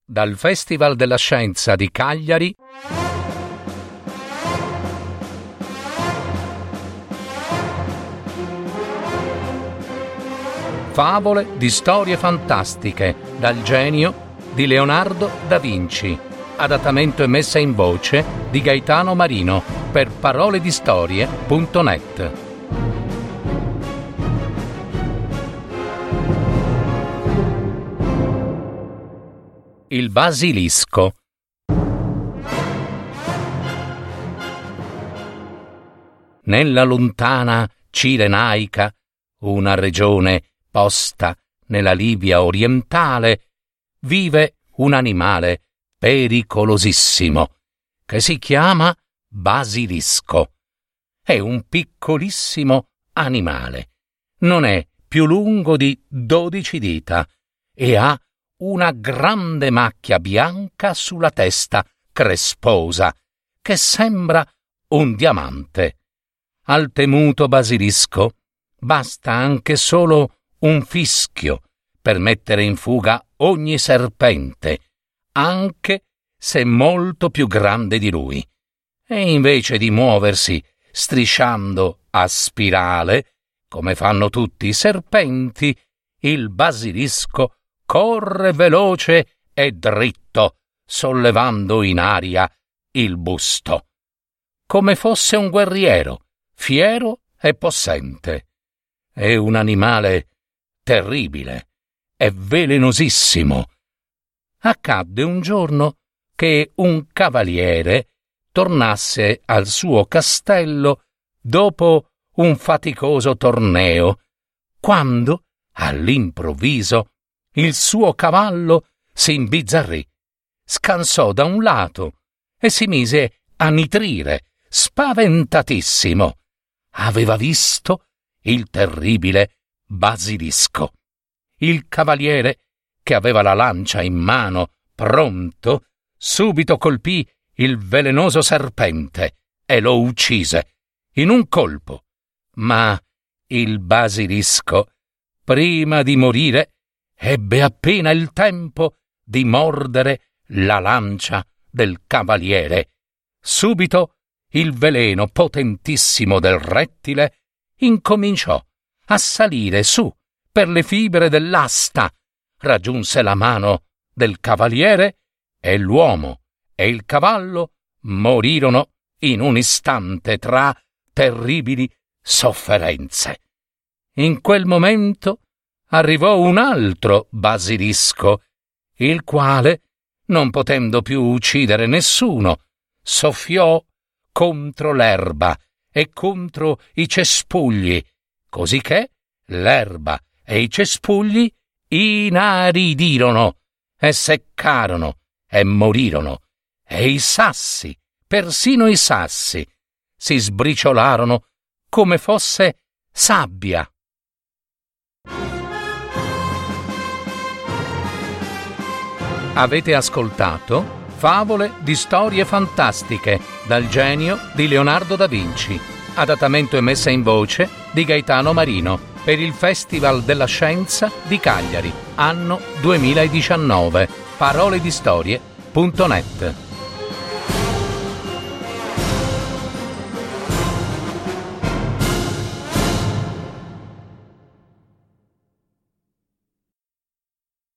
dal Festival della Scienza di Cagliari, favole di storie fantastiche dal genio di Leonardo da Vinci. Adattamento e messa in voce di Gaetano Marino per paroledistorie.net. Il basilisco. Nella lontana Cirenaica, una regione posta nella Libia orientale, vive un animale pericolosissimo che si chiama basilisco. È un piccolissimo animale, non è più lungo di 12 dita e ha una grande macchia bianca sulla testa cresposa che sembra un diamante. Al temuto basilisco basta anche solo un fischio per mettere in fuga ogni serpente, anche se molto più grande di lui. E invece di muoversi strisciando a spirale, come fanno tutti i serpenti, il basilisco corre veloce e dritto, sollevando in aria il busto, come fosse un guerriero, fiero e possente. È un animale terribile e velenosissimo. Accadde un giorno che un cavaliere tornasse al suo castello dopo un faticoso torneo, quando, all'improvviso, il suo cavallo si imbizzarrì, scansò da un lato e si mise a nitrire, spaventatissimo. Aveva visto il terribile basilisco. Il cavaliere, che aveva la lancia in mano, pronto, subito colpì il velenoso serpente e lo uccise in un colpo. Ma il basilisco, prima di morire, ebbe appena il tempo di mordere la lancia del cavaliere. Subito il veleno potentissimo del rettile incominciò a salire su per le fibre dell'asta, raggiunse la mano del cavaliere e l'uomo e il cavallo morirono in un istante tra terribili sofferenze. In quel momento arrivò un altro basilisco, il quale, non potendo più uccidere nessuno, soffiò contro l'erba e contro i cespugli, cosicché l'erba e i cespugli inaridirono e seccarono e morirono, e i sassi, persino i sassi, si sbriciolarono come fosse sabbia. Avete ascoltato Favole di storie fantastiche dal genio di Leonardo da Vinci. Adattamento e messa in voce di Gaetano Marino per il Festival della Scienza di Cagliari, anno 2019. paroledistorie.net